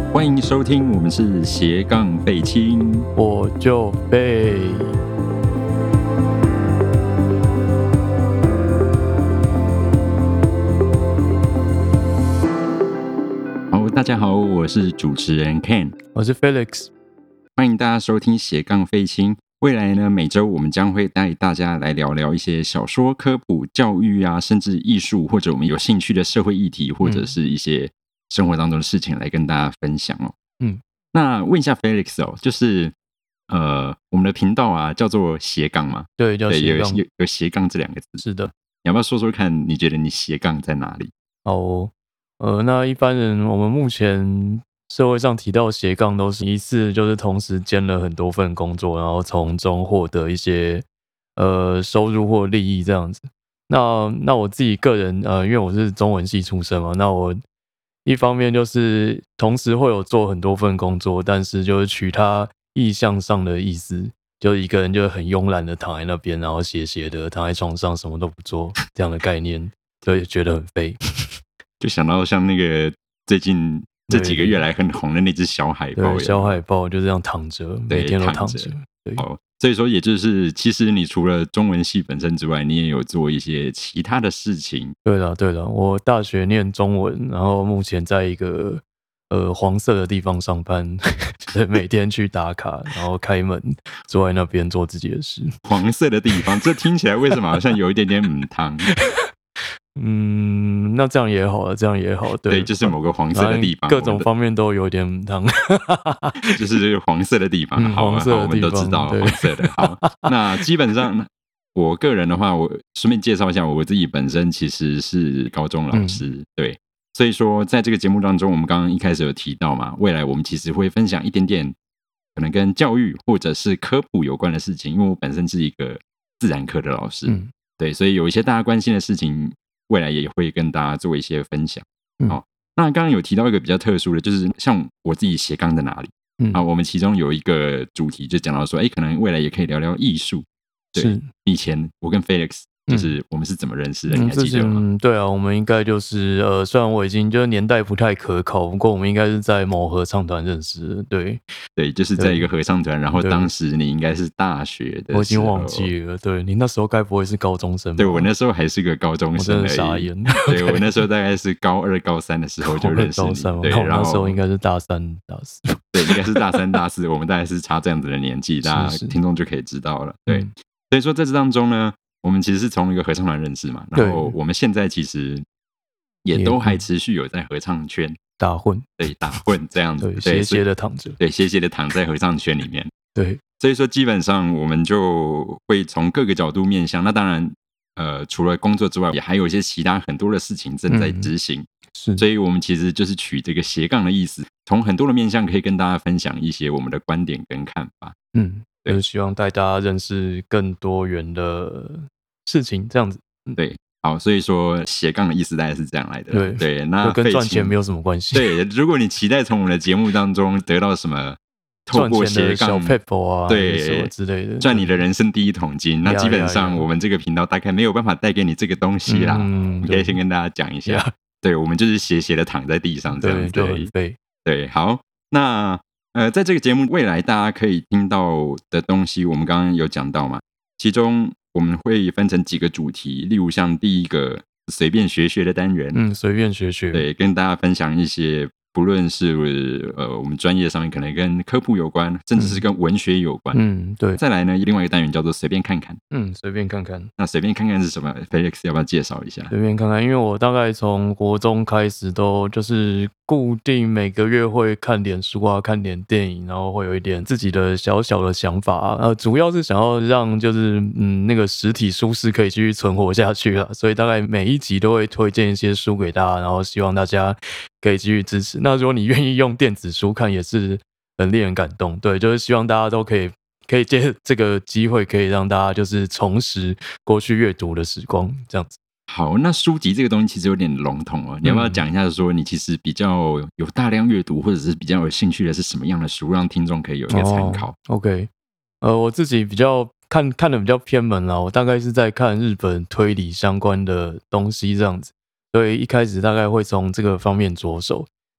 欢迎收听，我们是斜杠废青， 我就废。 好，大家好，我是主持人 Ken， 我是 Felix， 欢迎大家收听斜杠废青。未来呢，每周我们将会带大家来聊聊一些小说科普、教育啊，甚至艺术，或者我们有兴趣的社会议题，或者是一些生活当中的事情来跟大家分享哦。那问一下 Felix 哦，就是我们的频道啊叫做斜杠嘛？ 对，叫斜杠， 有斜杠这两个字。 是的， 你要不要说说看，你觉得你斜杠在哪里？ 好，那一般人我们目前社会上提到斜杠都是疑似就是同时兼了很多份工作，然后从中获得一些收入或利益这样子。那我自己个人因为我是中文系出身嘛，那我一方面就是同时会有做很多份工作，但是就是取他意象上的意思，就一个人就很慵懒的躺在那边，然后斜斜的躺在床上什么都不做这样的概念，所以觉得很废。 就想到像那个最近这几个月来很红的那只小海豹， 对，小海豹就这样躺着，每天都躺着。对， 所以说也就是其实你除了中文系本身之外，你也有做一些其他的事情。 对了，我大学念中文，然后目前在一个黄色的地方上班，就是每天去打卡，然后开门坐在那边做自己的事。 黄色的地方，这听起来为什么好像有一点点母汤？ 那这样也好了，这样也好。对， 就是某个黄色的地方， 各种方面都有点母汤。 就是黄色的地方，好， 黄色的地方， 我们都知道黄色的。好，那基本上我个人的话，我顺便介绍一下，我自己本身其实是高中老师，对，所以说在这个节目当中，我们刚刚一开始有提到嘛，未来我们其实会分享一点点可能跟教育或者是科普有关的事情，因为我本身是一个自然科的老师，对，所以有一些大家关心的事情，未来也会跟大家做一些分享。好，那刚刚有提到一个比较特殊的，就是像我自己斜杠在哪里？我们其中有一个主题就讲到说，可能未来也可以聊聊艺术。对，以前我跟 Felix 就是我们是怎么认识的？你还记得吗？ 对啊，我们应该就是虽然我已经就是年代不太可考，不过我们应该是在某合唱团认识的。 对，就是在一个合唱团，然后当时你应该是大学的时候， 我已经忘记了。对，你那时候该不会是高中生吧？ 对，我那时候还是个高中生而已， 我真的傻眼。 对，我那时候大概是高2、高3的时候就认识你。对， 然后那时候应该是大3、大4。 对，应该是大3、大4，我们大概是差这样子的年纪，大家听众就可以知道了。对，所以说在这当中呢，我们其实是从一个合唱团认识嘛，然后我们现在其实也都还持续有在合唱圈打混， 对，打混这样子， 对，斜斜的躺着， 对，斜斜的躺在合唱圈里面， 对， 所以说基本上我们就会从各个角度面向，那当然，除了工作之外，也还有一些其他很多的事情正在执行， 是， 所以我们其实就是取这个斜杠的意思，从很多的面向可以跟大家分享一些我们的观点跟看法， 就是希望带大家认识更多元的事情，这样子。 对，好，所以说斜杠的意思大概是这样来的。对，那跟赚钱没有什么关系。 对，如果你期待从我们的节目当中得到什么透过斜杠小 paper 啊， 对什么之类的， 赚你的人生第一桶金，那基本上我们这个频道大概没有办法带给你这个东西啦。我可以先跟大家讲一下，对，我们就是斜斜的躺在地上这样子， 就很废。 对，好，那在这个节目未来大家可以听到的东西，我们刚刚有讲到嘛，其中我们会分成几个主题，例如像第一个随便学学的单元， 随便学学， 对，跟大家分享一些不论是我们专业上面可能跟科普有关，甚至是跟文学有关，对。再来呢，另外一个单元叫做随便看看， 随便看看。 那随便看看是什么 ？Felix 要不要介绍一下？ 随便看看，因为我大概从国中开始都就是固定每个月会看点书啊，看点电影，然后会有一点自己的小小的想法主要是想要让就是那个实体书是可以继续存活下去了，所以大概每一集都会推荐一些书给大家，然后希望大家可以继续支持。那如果你愿意用电子书看，也是很令人感动。对，就是希望大家都可以借这个机会，可以让大家就是重拾过去阅读的时光，这样子。 好，那书籍这个东西其实有点笼统哦，你要不要讲一下说你其实比较有大量阅读，或者是比较有兴趣的是什么样的书，让听众可以有一个参考 ？OK，我自己比较看的比较偏门啦，我大概是在看日本推理相关的东西这样子。所以一开始大概会从这个方面着手。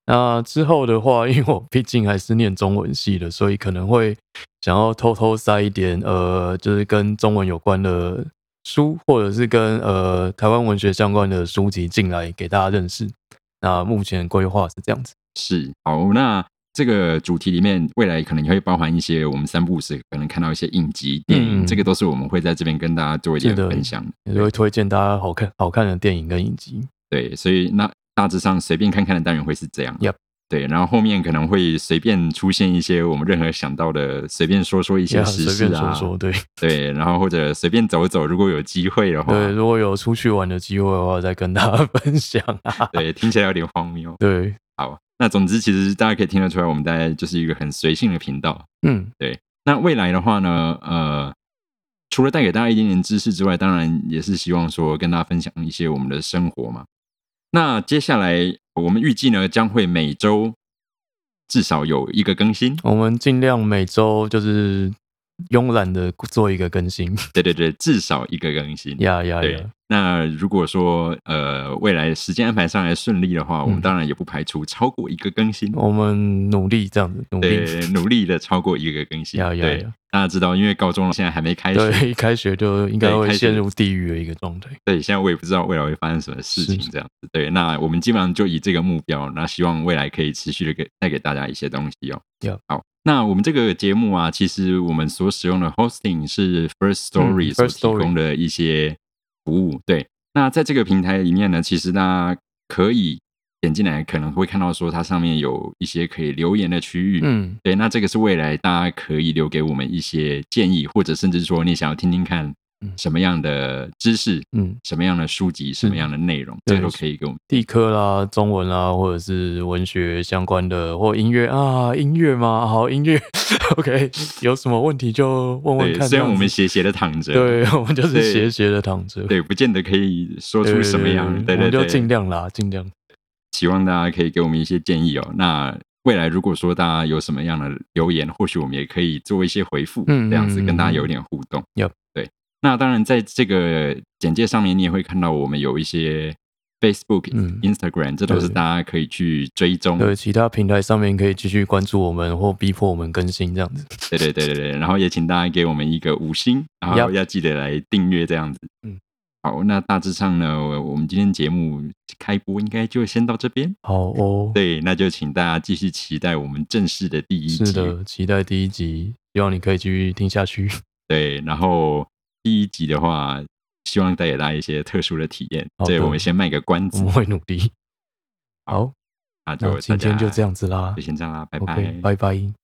那之后的话，因为我毕竟还是念中文系的，所以可能会想要偷偷塞一点就是跟中文有关的书，或者是跟台湾文学相关的书籍进来给大家认识。那目前规划是这样子。 是，好，那这个主题里面，未来可能也会包含一些我们三不五时可能看到一些影集、电影，这个都是我们会在这边跟大家做一点分享的， 也会推荐大家好看的电影跟影集。 对，所以那大致上随便看看的单元会是这样。 Yep. 对，然后后面可能会随便出现一些我们任何想到的，随便说一些时事啊， 说，对对，然后或者随便走走，如果有机会的话， 对，如果有出去玩的机会的话，再跟大家分享啊。 对，听起来有点荒谬。 对， 好，那总之其实大家可以听得出来，我们大概就是一个很随性的频道。对。那未来的话呢，除了带给大家一点点知识之外，当然也是希望说跟大家分享一些我们的生活嘛。那接下来我们预计呢，将会每周至少有一个更新。 我们尽量每周就是慵懒的做一个更新。 对对对，至少一个更新。对。那如果说未来时间安排上来顺利的话，我们当然也不排除超过一个更新。 我们努力这样子， 努力的超过一个更新。对，大家知道，因为高中现在还没开学， 对，一开学就应该会陷入地狱的一个状态。 对，现在我也不知道未来会发生什么事情，这样子。对，那我们基本上就以这个目标，那希望未来可以持续的带给大家一些东西哦。好，那我们这个节目啊，其实我们所使用的 hosting 是 First Story 所提供的一些服务。对，那在这个平台里面呢，其实大家可以点进来，可能会看到说它上面有一些可以留言的区域。对，那这个是未来大家可以留给我们一些建议，或者甚至说你想要听听看什么样的知识，什么样的书籍，什么样的内容，这都可以给我们。 地科啦、中文啦，或者是文学相关的，或音乐啊，音乐吗？好，音乐，OK， 有什么问题就问问看。 虽然我们斜的躺着， 对，我们就是斜的躺着， 对，不见得可以说出什么样，对， 我们就尽量啦，尽量。 希望大家可以给我们一些建议哦。那未来如果说大家有什么样的留言，或许我们也可以做一些回复，这样子跟大家有点互动。对。那当然，在这个简介上面，你也会看到我们有一些 Facebook、Instagram， 这都是大家可以去追踪。 对，其他平台上面可以继续关注我们，或逼迫我们更新这样子。 对，然后也请大家给我们一个5星，然后要记得来订阅这样子。好，那大致上呢，我们今天节目开播应该就先到这边。 好哦。 对，那就请大家继续期待我们正式的第1集。 是的，期待第1集，希望你可以继续听下去。 对，然后第1集的话，希望带给大家一些特殊的体验。对，我们先卖个关子， 我们会努力。好， 那就今天就这样子啦， 就先这样啦，拜拜， okay, 拜拜。